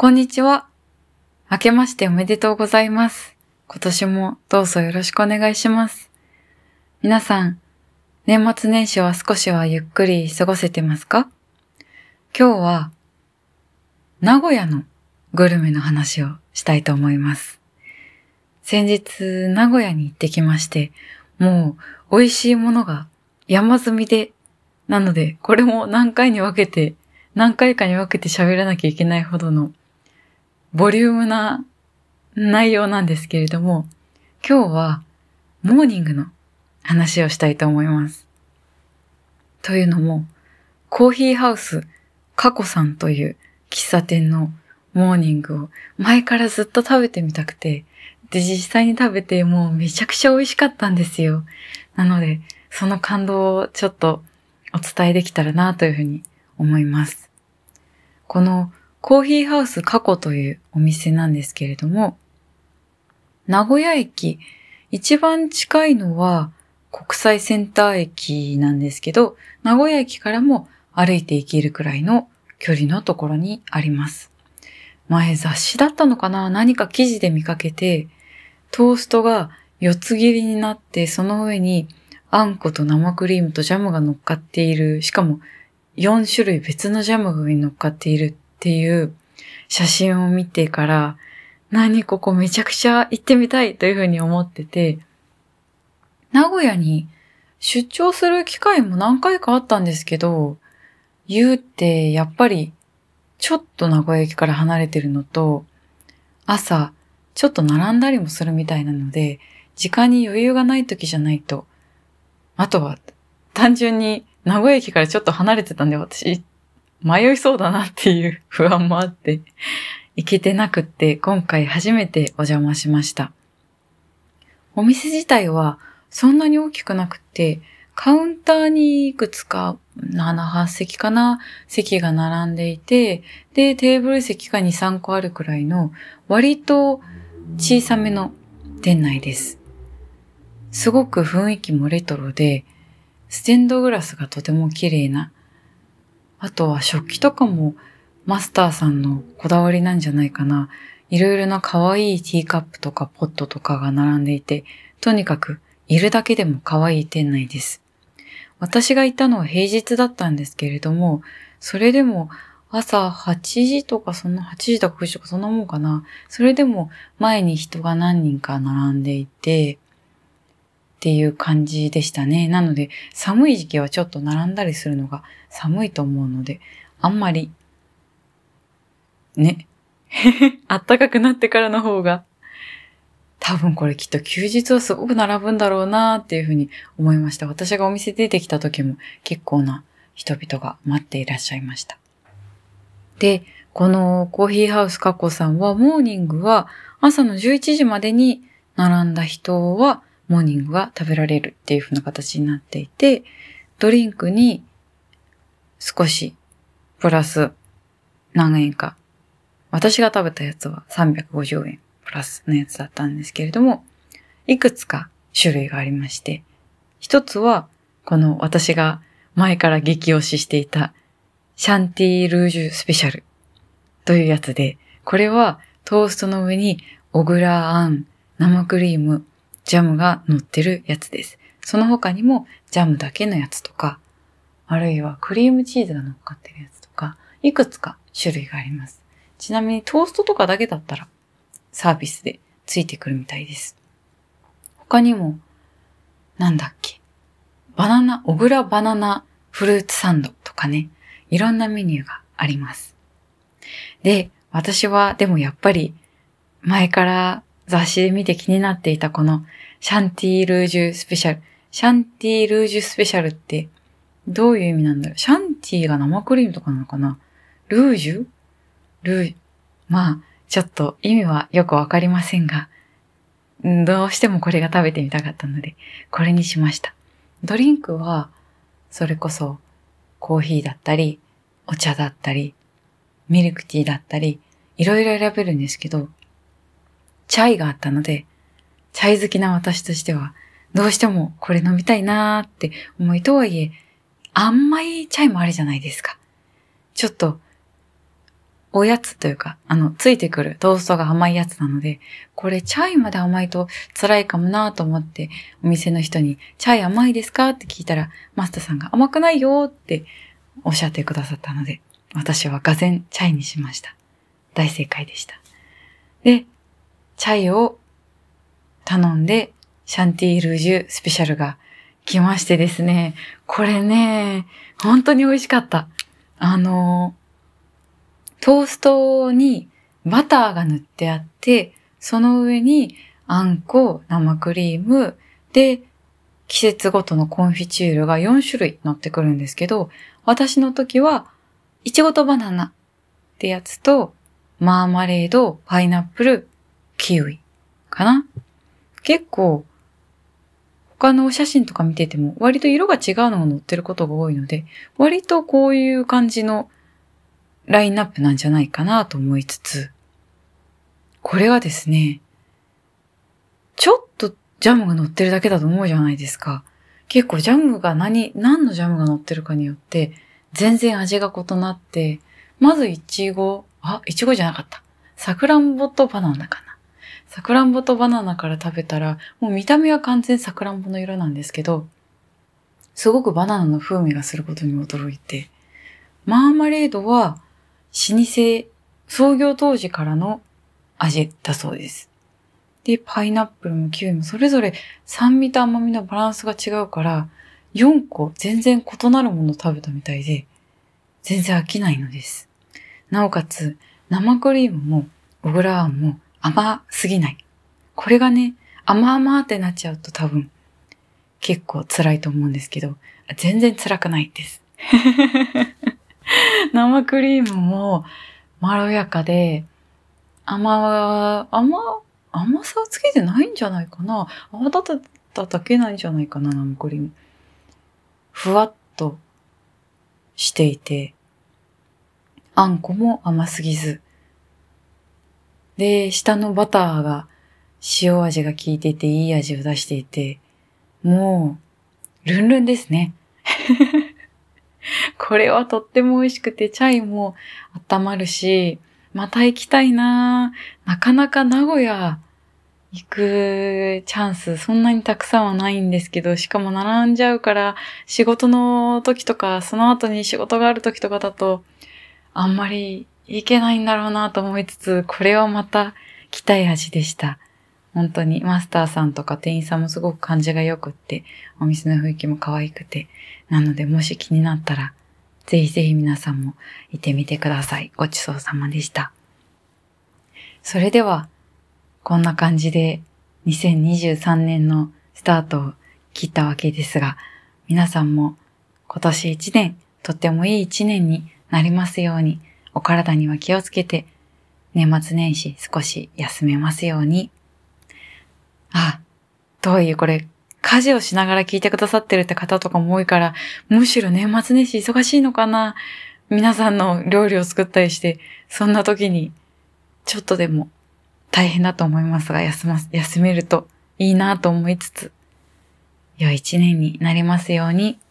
こんにちは。明けましておめでとうございます。今年もどうぞよろしくお願いします。皆さん、年末年始は少しはゆっくり過ごせてますか？今日は名古屋のグルメの話をしたいと思います。先日名古屋に行ってきまして、もう美味しいものが山積みで、なのでこれも何回かに分けて喋らなきゃいけないほどのボリュームな内容なんですけれども、今日はモーニングの話をしたいと思います。というのも、コーヒーハウスカコさんという喫茶店のモーニングを前からずっと食べてみたくて、で実際に食べてもうめちゃくちゃ美味しかったんですよ。なので、その感動をちょっとお伝えできたらなというふうに思います。このコーヒーハウスカコというお店なんですけれども、名古屋駅、一番近いのは国際センター駅なんですけど、名古屋駅からも歩いて行けるくらいの距離のところにあります。前雑誌だったのかな？何か記事で見かけて、トーストが四つ切りになって、その上にあんこと生クリームとジャムが乗っかっている、しかも4種類別のジャムが上に乗っかっているっていう写真を見てから、ここめちゃくちゃ行ってみたいというふうに思ってて、名古屋に出張する機会も何回かあったんですけど、言うてやっぱりちょっと名古屋駅から離れてるのと、朝ちょっと並んだりもするみたいなので、時間に余裕がない時じゃないと、あとは単純に名古屋駅からちょっと離れてたんで、私迷いそうだなっていう不安もあって行けてなくって、今回初めてお邪魔しました。お店自体はそんなに大きくなくって、カウンターにいくつか7、8席かな、席が並んでいて、でテーブル席が2、3個あるくらいの割と小さめの店内です。すごく雰囲気もレトロで、ステンドグラスがとても綺麗な、あとは食器とかもマスターさんのこだわりなんじゃないかな。いろいろな可愛いティーカップとかポットとかが並んでいて、とにかくいるだけでも可愛い店内です。私がいたのは平日だったんですけれども、それでも朝8時とか8時とか9時とかそんなもんかな。それでも前に人が何人か並んでいて、っていう感じでしたね。なので寒い時期はちょっと並んだりするのが寒いと思うので、あんまりね暖かくなってからの方が、多分これきっと休日はすごく並ぶんだろうなっていうふうに思いました。私がお店出てきた時も結構な人々が待っていらっしゃいました。で、このコーヒーハウスカコさんはモーニングは朝の11時までに並んだ人はモーニングが食べられるっていう風な形になっていて、ドリンクに少しプラス何円か、私が食べたやつは350円プラスのやつだったんですけれども、いくつか種類がありまして、一つはこの私が前から激推ししていたシャンティールージュスペシャルというやつで、これはトーストの上に小倉あん、生クリーム、ジャムが乗ってるやつです。その他にもジャムだけのやつとか、あるいはクリームチーズが乗っかってるやつとか、いくつか種類があります。ちなみにトーストとかだけだったらサービスでついてくるみたいです。他にも、小倉バナナフルーツサンドとかね、いろんなメニューがあります。で、私はでもやっぱり前から雑誌で見て気になっていたこのシャンティールージュスペシャル。シャンティールージュスペシャルってどういう意味なんだろう。シャンティーが生クリームとかなのかな。ルージュまあ、ちょっと意味はよくわかりませんが、どうしてもこれが食べてみたかったので、これにしました。ドリンクは、それこそコーヒーだったり、お茶だったり、ミルクティーだったり、いろいろ選べるんですけど、チャイがあったので、チャイ好きな私としては、どうしてもこれ飲みたいなーって思いとはいえ、甘いチャイもあるじゃないですか。ちょっと、 おやつというか、ついてくるトーストが甘いやつなので、これチャイまで甘いと辛いかもなと思って、お店の人に、チャイ甘いですかって聞いたら、マスターさんが甘くないよっておっしゃってくださったので、私は俄然チャイにしました。大正解でした。で、チャイを頼んで、シャンティールージュスペシャルが来ましてですね、これね、本当に美味しかった。トーストにバターが塗ってあって、その上にあんこ、生クリーム、で、季節ごとのコンフィチュールが4種類乗ってくるんですけど、私の時は、いちごとバナナってやつと、マーマレード、パイナップル、キウイかな。結構、他のお写真とか見てても割と色が違うのが載ってることが多いので、割とこういう感じのラインナップなんじゃないかなと思いつつ、これはですね、ちょっとジャムが乗ってるだけだと思うじゃないですか。結構ジャムが何のジャムが乗ってるかによって全然味が異なって、まずいちごじゃなかった。さくらんぼとバナナかな。さくらんぼとバナナから食べたら、もう見た目は完全さくらんぼの色なんですけど、すごくバナナの風味がすることに驚いて、マーマレードは老舗、創業当時からの味だそうです。で、パイナップルもキウイもそれぞれ酸味と甘みのバランスが違うから、4個全然異なるものを食べたみたいで、全然飽きないのです。なおかつ、生クリームも小倉あんも甘すぎない。これがね、甘ってなっちゃうと多分結構辛いと思うんですけど、全然辛くないです。生クリームもまろやかで、甘さをつけてないんじゃないかな。泡立てただけなんじゃないかな、生クリーム。ふわっとしていて、あんこも甘すぎず。で、下のバターが塩味が効いていていい味を出していて、もう、ルンルンですね。これはとっても美味しくて、チャイも温まるし、また行きたいな。なかなか名古屋行くチャンスそんなにたくさんはないんですけど、しかも並んじゃうから仕事の時とかその後に仕事がある時とかだとあんまり行けないんだろうなと思いつつ、これはまた来たい味でした。本当にマスターさんとか店員さんもすごく感じが良くって、お店の雰囲気も可愛くて、なのでもし気になったらぜひぜひ皆さんも行ってみてください。ごちそうさまでした。それではこんな感じで2023年のスタートを切ったわけですが、皆さんも今年1年とってもいい1年になりますように、お体には気をつけて、年末年始少し休めますように。どういうこれ、家事をしながら聞いてくださってるって方とかも多いから、むしろ年末年始忙しいのかな。皆さんの料理を作ったりして、そんな時にちょっとでも大変だと思いますが、休めるといいなと思いつつ、良い一年になりますように。